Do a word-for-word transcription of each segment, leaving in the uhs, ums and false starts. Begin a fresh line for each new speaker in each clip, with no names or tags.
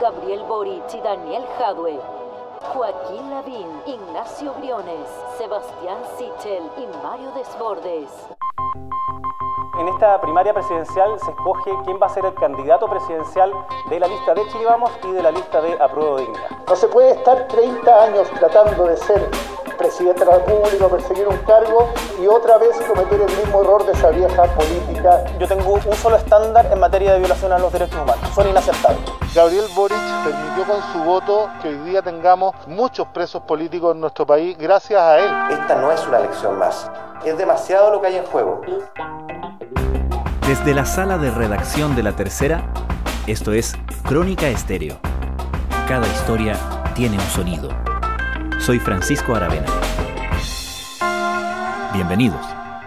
Gabriel Boric y Daniel Jadwe, Joaquín Lavín, Ignacio Briones, Sebastián Sichel y Mario Desbordes.
En esta primaria presidencial se escoge quién va a ser el candidato presidencial de la lista de Chile Vamos y de la lista de Apruebo Dignidad.
No se puede estar treinta años tratando de ser presidente de la República, perseguir un cargo y otra vez cometer el mismo error de esa vieja política.
Yo tengo un solo estándar en materia de violación a los derechos humanos. Son inaceptables.
Gabriel Boric permitió con su voto que hoy día tengamos muchos presos políticos en nuestro país gracias a él.
Esta no es una elección más. Es demasiado lo que hay en juego.
Desde la sala de redacción de La Tercera, esto es Crónica Estéreo. Cada historia tiene un sonido. Soy Francisco Aravena. Bienvenidos.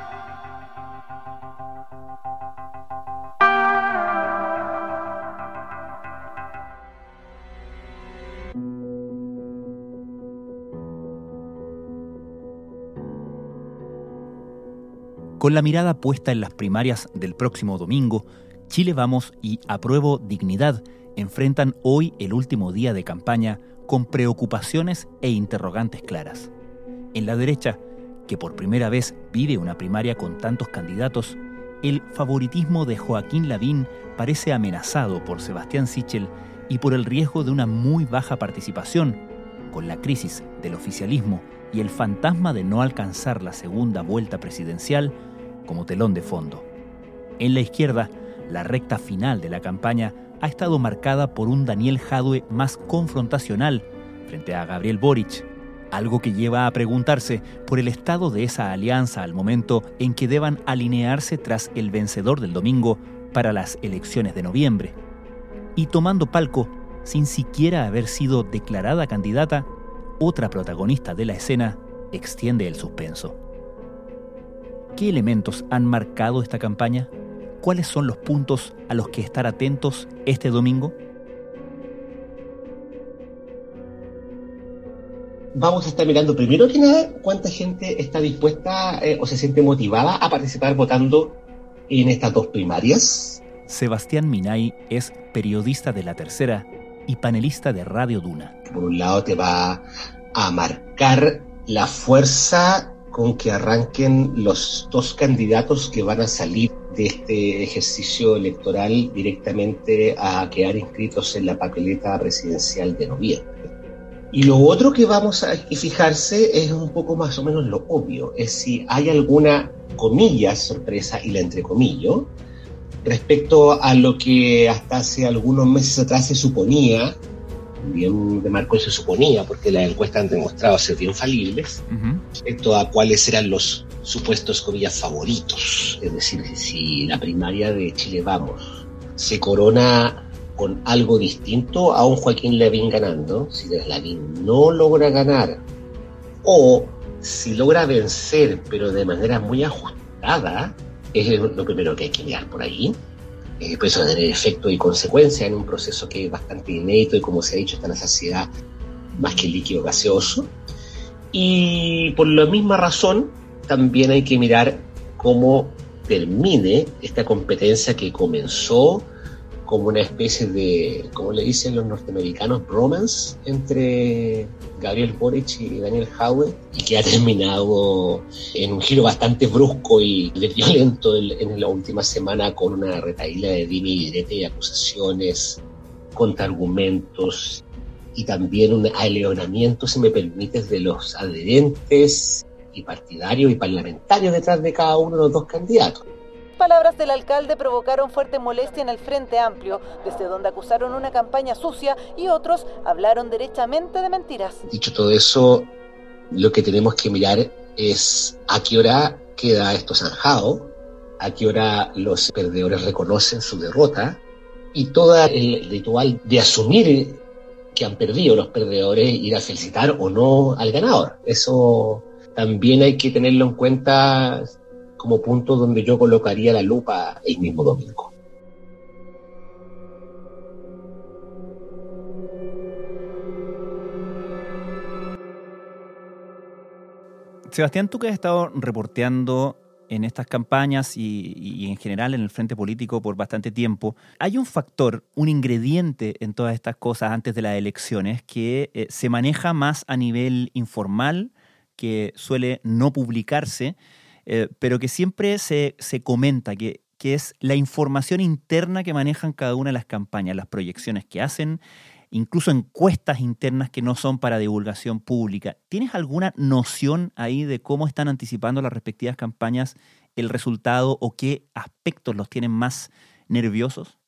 Con la mirada puesta en las primarias del próximo domingo, Chile Vamos y Apruebo Dignidad enfrentan hoy el último día de campaña con preocupaciones e interrogantes claras. En la derecha, que por primera vez vive una primaria con tantos candidatos, el favoritismo de Joaquín Lavín parece amenazado por Sebastián Sichel y por el riesgo de una muy baja participación, con la crisis del oficialismo y el fantasma de no alcanzar la segunda vuelta presidencial como telón de fondo. En la izquierda, la recta final de la campaña ha estado marcada por un Daniel Jadwe más confrontacional frente a Gabriel Boric, algo que lleva a preguntarse por el estado de esa alianza al momento en que deban alinearse tras el vencedor del domingo para las elecciones de noviembre. Y tomando palco, sin siquiera haber sido declarada candidata, otra protagonista de la escena extiende el suspenso. ¿Qué elementos han marcado esta campaña? ¿Cuáles son los puntos a los que estar atentos este domingo?
Vamos a estar mirando primero que nada cuánta gente está dispuesta eh, o se siente motivada a participar votando en estas dos primarias.
Sebastián Minay es periodista de La Tercera y panelista de Radio Duna.
Por un lado te va a marcar la fuerza con que arranquen los dos candidatos que van a salir de este ejercicio electoral directamente a quedar inscritos en la papeleta presidencial de noviembre. Y lo otro que vamos a fijarse es un poco más o menos lo obvio, es si hay alguna, comillas, sorpresa, y la entrecomillo, respecto a lo que hasta hace algunos meses atrás se suponía, bien de Marco se suponía, porque las encuestas han demostrado ser bien falibles, uh-huh. respecto a cuáles eran los supuestos, comillas, favoritos. Es decir, si la primaria de Chile Vamos se corona con algo distinto a un Joaquín Lavín ganando, si Lavín no logra ganar, o si logra vencer, pero de manera muy ajustada, es lo primero que hay que mirar por ahí. Eh, pues eso va a tener efecto y consecuencia en un proceso que es bastante inédito y, como se ha dicho, está en la saciedad más que el líquido gaseoso. Y por la misma razón, también hay que mirar cómo termine esta competencia que comenzó como una especie de, como le dicen los norteamericanos, bromance entre Gabriel Boric y Daniel Jadwe, y que ha terminado en un giro bastante brusco y violento en, en la última semana con una retahíla de dime y direte y acusaciones, contraargumentos y también un aleonamiento, si me permites, de los adherentes y partidarios y parlamentarios detrás de cada uno de los dos candidatos.
Palabras del alcalde provocaron fuerte molestia en el Frente Amplio, desde donde acusaron una campaña sucia y otros hablaron derechamente de mentiras.
Dicho todo eso, lo que tenemos que mirar es a qué hora queda esto zanjado, a qué hora los perdedores reconocen su derrota y todo el ritual de asumir que han perdido los perdedores, ir a felicitar o no al ganador. Eso también hay que tenerlo en cuenta como punto donde yo colocaría la lupa el mismo domingo.
Sebastián, tú que has estado reporteando en estas campañas y, y en general en el frente político por bastante tiempo, hay un factor, un ingrediente en todas estas cosas antes de las elecciones que eh, se maneja más a nivel informal, que suele no publicarse, eh, pero que siempre se, se comenta, que, que es la información interna que manejan cada una de las campañas, las proyecciones que hacen, incluso encuestas internas que no son para divulgación pública. ¿Tienes alguna noción ahí de cómo están anticipando las respectivas campañas el resultado o qué aspectos los tienen más nerviosos?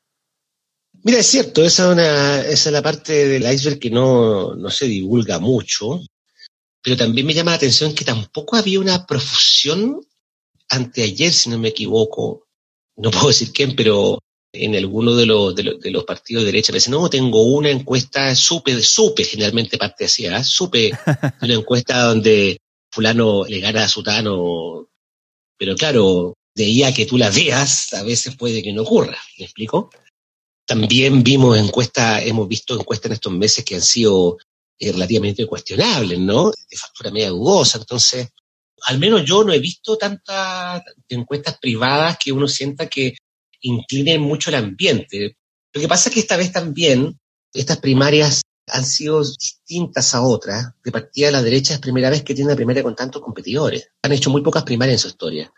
Mira, es cierto, esa es, una, esa es la parte del iceberg que no, no se divulga mucho, pero también me llama la atención que tampoco había una profusión anteayer, si no me equivoco, no puedo decir quién, pero en alguno de los, de los, de los partidos de derecha me dicen, no, tengo una encuesta, supe, supe, generalmente parte así, ¿eh? supe una encuesta donde fulano le gana a sutano, pero claro, de ahí a que tú la veas, a veces puede que no ocurra, ¿me explico? También vimos encuestas, hemos visto encuestas en estos meses que han sido eh, relativamente cuestionables, ¿no? De factura media dudosa, entonces, al menos yo no he visto tantas encuestas privadas que uno sienta que inclinen mucho el ambiente. Lo que pasa es que esta vez también estas primarias han sido distintas a otras. De partida, la derecha es primera vez que tiene una primaria con tantos competidores. Han hecho muy pocas primarias en su historia.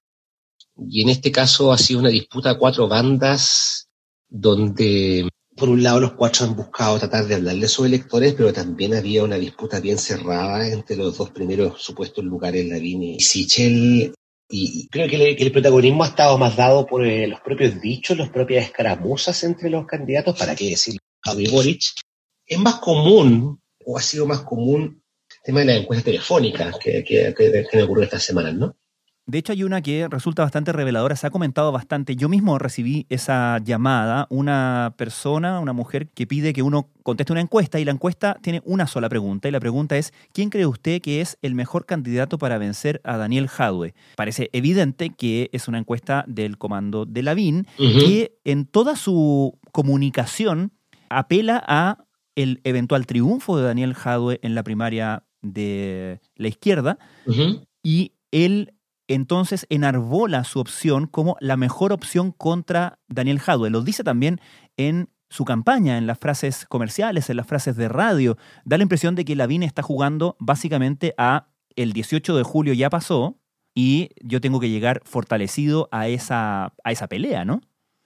Y en este caso ha sido una disputa a cuatro bandas donde, por un lado, los cuatro han buscado tratar de hablarle a sus electores, pero también había una disputa bien cerrada entre los dos primeros supuestos lugares, Lavín y Sichel. Y creo que, le, que el protagonismo ha estado más dado por eh, los propios dichos, las propias escaramuzas entre los candidatos, para qué decir, Gabriel Boric. Es más común, o ha sido más común, el tema de las encuestas telefónicas que, que, que, que han ocurrido estas semanas, ¿no?
De hecho, hay una que resulta bastante reveladora, se ha comentado bastante. Yo mismo recibí esa llamada, una persona, una mujer que pide que uno conteste una encuesta y la encuesta tiene una sola pregunta y la pregunta es ¿quién cree usted que es el mejor candidato para vencer a Daniel Jadwe? Parece evidente que es una encuesta del comando de Lavín, uh-huh, que en toda su comunicación apela a el eventual triunfo de Daniel Jadwe en la primaria de la izquierda, uh-huh, y él entonces enarbola su opción como la mejor opción contra Daniel Jadwe. Lo dice también en su campaña, en las frases comerciales, en las frases de radio. Da la impresión de que Lavín está jugando básicamente a el dieciocho de julio ya pasó y yo tengo que llegar fortalecido a esa, a esa pelea, ¿no?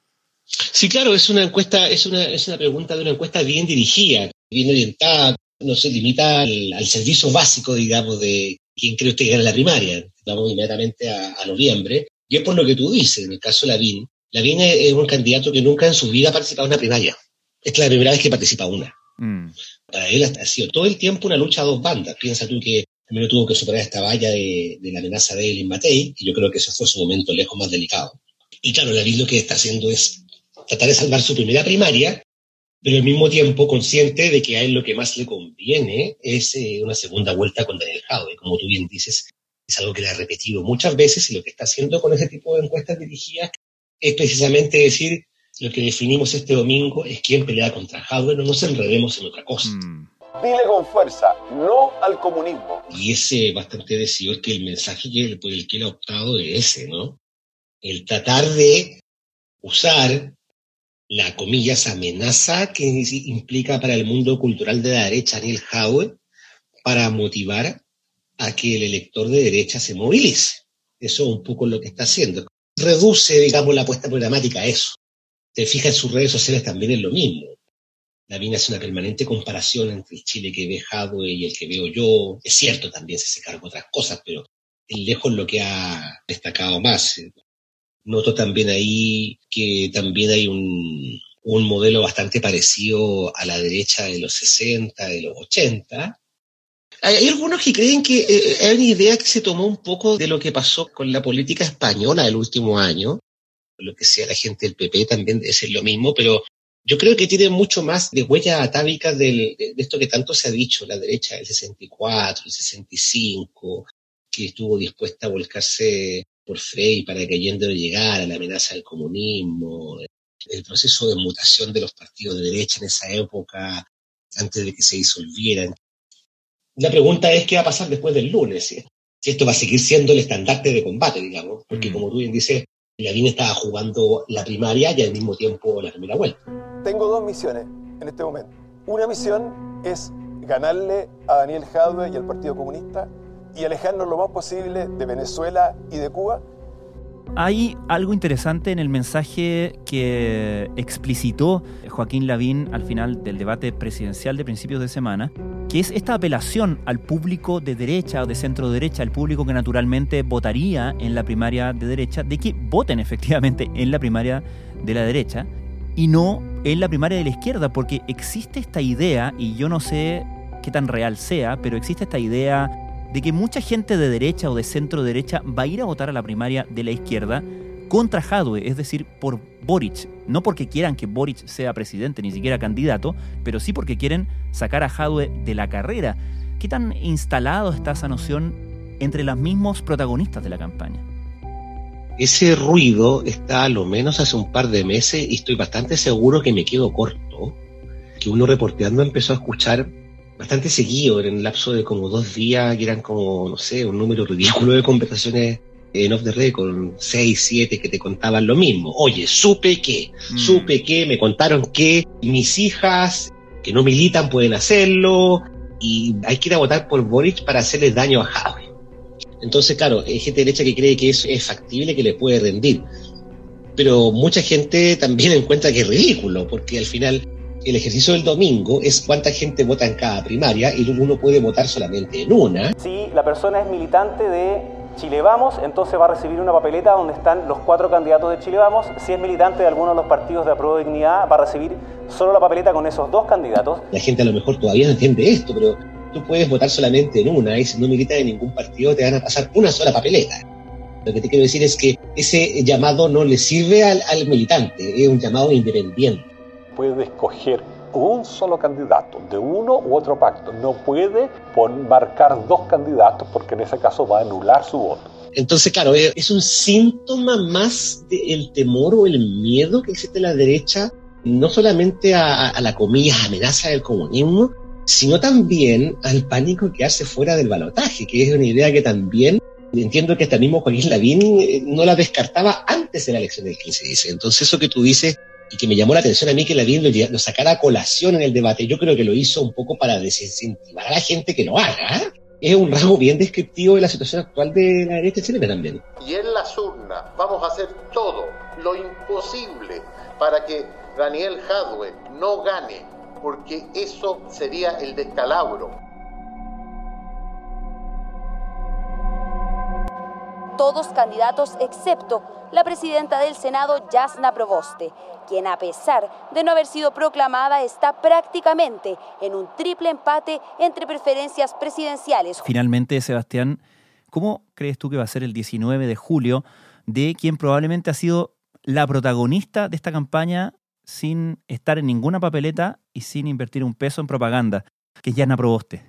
Sí, claro, es una encuesta, es una, es una pregunta de una encuesta bien dirigida, bien orientada, no se limita al, al servicio básico, digamos, de quién cree usted que gana la primaria. Vamos inmediatamente a, a noviembre. Y es por lo que tú dices, en el caso de Lavín. Lavín es, es un candidato que nunca en su vida ha participado en una primaria. Esta es la primera vez que participa una. Mm. Para él ha sido todo el tiempo una lucha a dos bandas. Piensa tú que primero tuvo que superar esta valla de, de la amenaza de Elin Matei, y yo creo que eso fue su momento lejos más delicado. Y claro, Lavín lo que está haciendo es tratar de salvar su primera primaria, pero al mismo tiempo consciente de que a él lo que más le conviene es eh, una segunda vuelta con Daniel Jadwe. Como tú bien dices, es algo que le ha repetido muchas veces y lo que está haciendo con ese tipo de encuestas dirigidas es precisamente decir, lo que definimos este domingo es quién pelea contra Jadwe, no nos enredemos en otra cosa. Mm.
Dile con fuerza, no al comunismo.
Y es eh, bastante decidor que el mensaje que, por el que él ha optado es ese, ¿no? El tratar de usar la, comillas, amenaza que implica para el mundo cultural de la derecha Daniel Jadwe para motivar a que el elector de derecha se movilice. Eso es un poco lo que está haciendo. Reduce, digamos, la apuesta programática a eso. Te fijas en sus redes sociales también es lo mismo. Lavín hace una permanente comparación entre el Chile que ve Jadwe y el que veo yo. Es cierto, también se carga otras cosas, pero es lejos lo que ha destacado más. Noto también ahí que también hay un, un modelo bastante parecido a la derecha de los sesenta, de los ochenta. Hay, hay algunos que creen que eh, hay una idea que se tomó un poco de lo que pasó con la política española del último año. Lo que sea la gente del P P también debe ser lo mismo, pero yo creo que tiene mucho más de huellas atávicas del, de, de esto que tanto se ha dicho, la derecha del sesenta y cuatro, el sesenta y cinco, que estuvo dispuesta a volcarse por Frei para que Allende no llegara, la amenaza del comunismo, el proceso de mutación de los partidos de derecha en esa época, antes de que se disolvieran. La pregunta es qué va a pasar después del lunes, ¿sí? si esto va a seguir siendo el estandarte de combate, digamos, porque mm. como tú bien dices, Lavín estaba jugando la primaria y al mismo tiempo la primera vuelta.
Tengo dos misiones en este momento. Una misión es ganarle a Daniel Jadwe y al Partido Comunista y alejarnos lo más posible de Venezuela y de Cuba.
Hay algo interesante en el mensaje que explicitó Joaquín Lavín al final del debate presidencial de principios de semana, que es esta apelación al público de derecha o de centro derecha, al público que naturalmente votaría en la primaria de derecha, de que voten efectivamente en la primaria de la derecha y no en la primaria de la izquierda, porque existe esta idea, y yo no sé qué tan real sea, pero existe esta idea de que mucha gente de derecha o de centro derecha va a ir a votar a la primaria de la izquierda contra Jadwe, es decir, por Boric. No porque quieran que Boric sea presidente, ni siquiera candidato, pero sí porque quieren sacar a Jadwe de la carrera. ¿Qué tan instalado está esa noción entre los mismos protagonistas de la campaña?
Ese ruido está a lo menos hace un par de meses y estoy bastante seguro que me quedo corto, que uno reporteando empezó a escuchar bastante seguido, en el lapso de como dos días, que eran como, no sé, un número ridículo de conversaciones en off the record, seis, siete, que te contaban lo mismo. Oye, supe que, mm. supe que, me contaron que mis hijas que no militan pueden hacerlo y hay que ir a votar por Boric para hacerles daño a Jadwe. Entonces, claro, hay gente derecha que cree que eso es factible, que le puede rendir. Pero mucha gente también encuentra que es ridículo, porque al final el ejercicio del domingo es cuánta gente vota en cada primaria y uno puede votar solamente en una.
Si la persona es militante de Chile Vamos, entonces va a recibir una papeleta donde están los cuatro candidatos de Chile Vamos. Si es militante de alguno de los partidos de Apruebo Dignidad, va a recibir solo la papeleta con esos dos candidatos.
La gente a lo mejor todavía no entiende esto, pero tú puedes votar solamente en una y si no militas en ningún partido te van a pasar una sola papeleta. Lo que te quiero decir es que ese llamado no le sirve al, al militante, es un llamado independiente.
Puede escoger un solo candidato de uno u otro pacto. No puede pon, marcar dos candidatos porque en ese caso va a anular su voto.
Entonces, claro, es un síntoma más del temor o el miedo que existe en la derecha, no solamente a, a la comillas amenaza del comunismo, sino también al pánico de quedarse fuera del balotaje, que es una idea que también entiendo que hasta mismo Joaquín Lavín no la descartaba antes de la elección del quince dice. Entonces, eso que tú dices y que me llamó la atención a mí que Lavín lo, lo sacara a colación en el debate, yo creo que lo hizo un poco para desincentivar a la gente que lo haga. Es un rasgo bien descriptivo de la situación actual de la derecha chilena también.
Y en las urnas vamos a hacer todo lo imposible para que Daniel Jadwe no gane, porque eso sería el descalabro.
Todos candidatos excepto la presidenta del Senado, Jasna Proboste, quien a pesar de no haber sido proclamada está prácticamente en un triple empate entre preferencias presidenciales.
Finalmente, Sebastián, ¿cómo crees tú que va a ser el diecinueve de julio de quien probablemente ha sido la protagonista de esta campaña sin estar en ninguna papeleta y sin invertir un peso en propaganda, que es Jasna Proboste?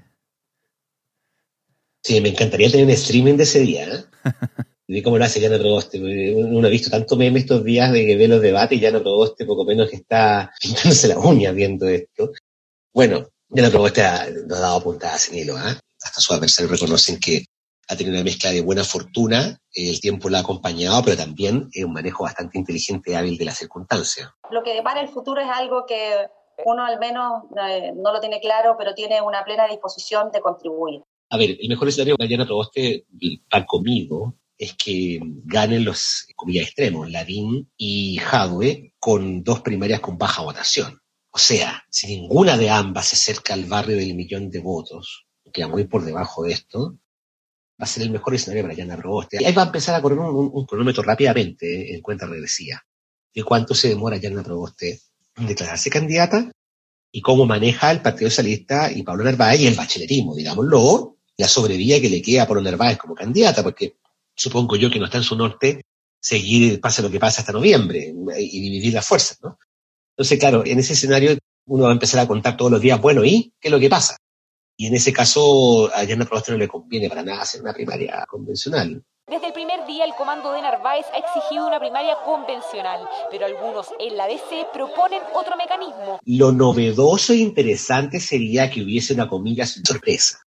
Sí, me encantaría tener un streaming de ese día, ¿eh? Y cómo lo hace Jasna Proboste. Uno ha visto tanto meme estos días de que ve los debates y Jasna Proboste poco menos que está pintándose la uña viendo esto. Bueno, Jasna Proboste ha, nos ha dado puntadas en hilo, ¿eh? Hasta sus adversarios reconocen que ha tenido una mezcla de buena fortuna, el tiempo la ha acompañado, pero también es un manejo bastante inteligente y hábil de las circunstancias.
Lo que depara el futuro es algo que uno al menos eh, no lo tiene claro, pero tiene una plena disposición de contribuir. A
ver, el mejor escenario para Jasna Proboste, para conmigo, es que ganen los, comillas, extremos, Lavín y Jadwe, con dos primarias con baja votación. O sea, si ninguna de ambas se acerca al barrio del millón de votos, queda muy por debajo de esto, va a ser el mejor escenario para Jasna Proboste. Y ahí va a empezar a correr un, un, un cronómetro rápidamente, eh, en cuenta regresiva, de cuánto se demora Jasna Proboste en declararse candidata y cómo maneja el Partido Socialista y Pablo Narváez y el bachelerismo, digámoslo, la sobrevía que le queda a Pablo Narváez como candidata, porque supongo yo que no está en su norte seguir, pase lo que pase hasta noviembre, y dividir las fuerzas, ¿no? Entonces, claro, en ese escenario uno va a empezar a contar todos los días, bueno, ¿y qué es lo que pasa? Y en ese caso a Jasna Proboste no le conviene para nada hacer una primaria convencional.
Desde el primer día el comando de Narváez ha exigido una primaria convencional, pero algunos en la D C proponen otro mecanismo.
Lo novedoso e interesante sería que hubiese una, comillas, sorpresa.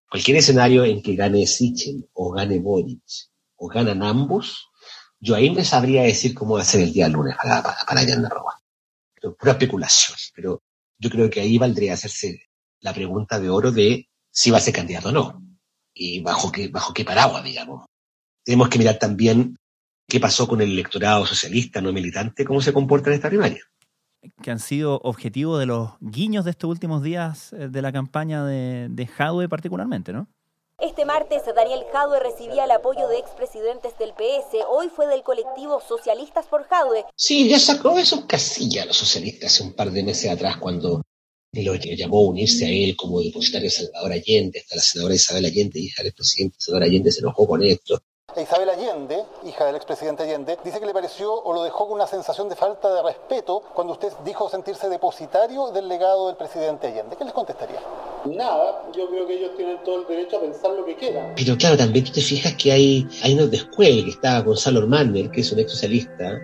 Cualquier escenario en que gane Sichel o gane Boric o ganan ambos, yo ahí me sabría decir cómo va a ser el día lunes para, para, para Yasna Proboste. Pura especulación, pero yo creo que ahí valdría hacerse la pregunta de oro de si va a ser candidato o no, y bajo qué, bajo qué paraguas, digamos. Tenemos que mirar también qué pasó con el electorado socialista no militante, cómo se comporta en esta primaria.
Que han sido objetivo de los guiños de estos últimos días de la campaña de, de Jadwe particularmente, ¿no?
Este martes, Daniel Jadwe recibía el apoyo de expresidentes del P S. Hoy fue del colectivo Socialistas por Jadwe.
Sí, ya sacó esos casillas a los socialistas hace un par de meses atrás cuando lo llamó a unirse a él como depositario Salvador Allende, hasta la senadora Isabel Allende, hija del expresidente Salvador Allende, se enojó con esto.
Isabel Allende, hija del expresidente Allende, dice que le pareció o lo dejó con una sensación de falta de respeto cuando usted dijo sentirse depositario del legado del presidente Allende. ¿Qué les contestaría?
Nada, yo creo que ellos tienen todo el derecho a pensar lo que quieran.
Pero claro, también tú te fijas que hay, hay unos descuelgues, que está Gonzalo Ormander, que es un ex socialista,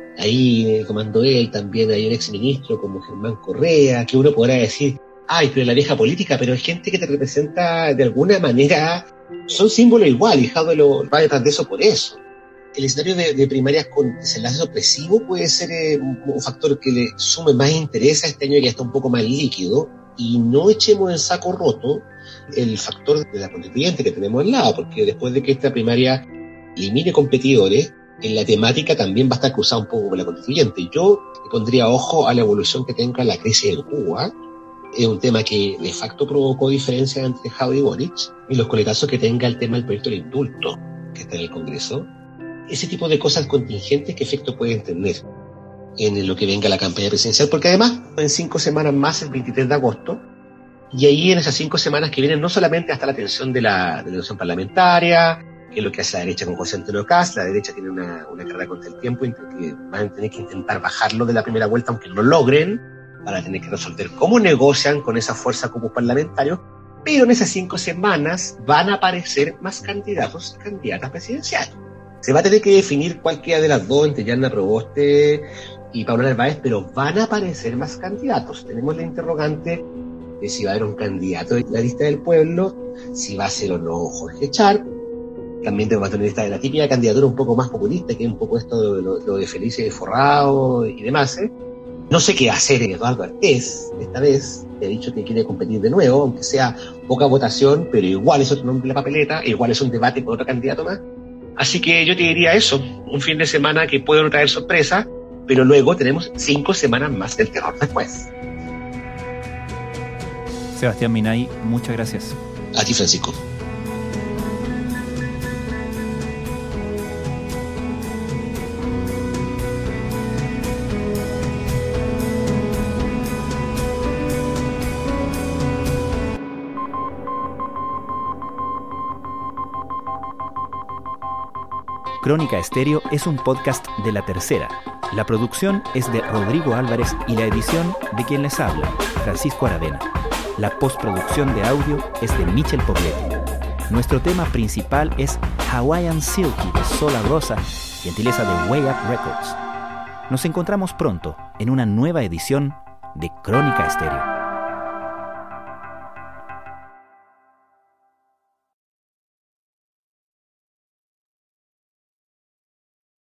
ahí en el comando él también hay un ex ministro como Germán Correa, que uno podrá decir, ay, pero la vieja política, pero es gente que te representa de alguna manera, son símbolos igual, y Jadwe lo va detrás de eso por eso. El escenario de, de primarias con desenlace sorpresivo puede ser eh, un, un factor que le sume más interés a este año que ya está un poco más líquido, y no echemos en saco roto el factor de la constituyente que tenemos al lado, porque después de que esta primaria elimine competidores, en la temática también va a estar cruzada un poco con la constituyente. Yo le pondría ojo a la evolución que tenga la crisis en Cuba. Es un tema que de facto provocó diferencias entre Jadwe y Boric, y los coletazos que tenga el tema del proyecto del indulto que está en el Congreso. Ese tipo de cosas contingentes, ¿qué efecto pueden tener en lo que venga la campaña presidencial? Porque además, en cinco semanas más, el veintitrés de agosto, y ahí en esas cinco semanas que vienen, no solamente hasta la atención de la, de la elección parlamentaria, que es lo que hace la derecha con José Antonio Kast, la derecha tiene una, una carrera contra el tiempo, que van a tener que intentar bajarlo de la primera vuelta, aunque no logren, van a tener que resolver cómo negocian con esa fuerza cupos parlamentarios, pero en esas cinco semanas van a aparecer más candidatos y candidatas presidenciales. Se va a tener que definir cualquiera de las dos, entre Yasna Proboste y Paula Narváez, pero van a aparecer más candidatos. Tenemos la interrogante de si va a haber un candidato de la lista del pueblo, si va a ser o no Jorge Char. También tenemos la lista de la típica candidatura un poco más populista, que es un poco esto de lo, lo de Felice Forrado y demás, ¿eh? No sé qué va a hacer Eduardo Artés esta vez, que ha dicho que quiere competir de nuevo, aunque sea poca votación, pero igual es otro nombre en la papeleta, igual es un debate con otro candidato más. Así que yo te diría eso, un fin de semana que puede no traer sorpresa, pero luego tenemos cinco semanas más del terror después.
Sebastián Minay, muchas gracias.
A ti, Francisco.
Crónica Estéreo es un podcast de La Tercera. La producción es de Rodrigo Álvarez y la edición de quien les habla, Francisco Aravena. La postproducción de audio es de Michel Pobletti. Nuestro tema principal es Hawaiian Silky de Sola Rosa, gentileza de Way Up Records. Nos encontramos pronto en una nueva edición de Crónica Estéreo.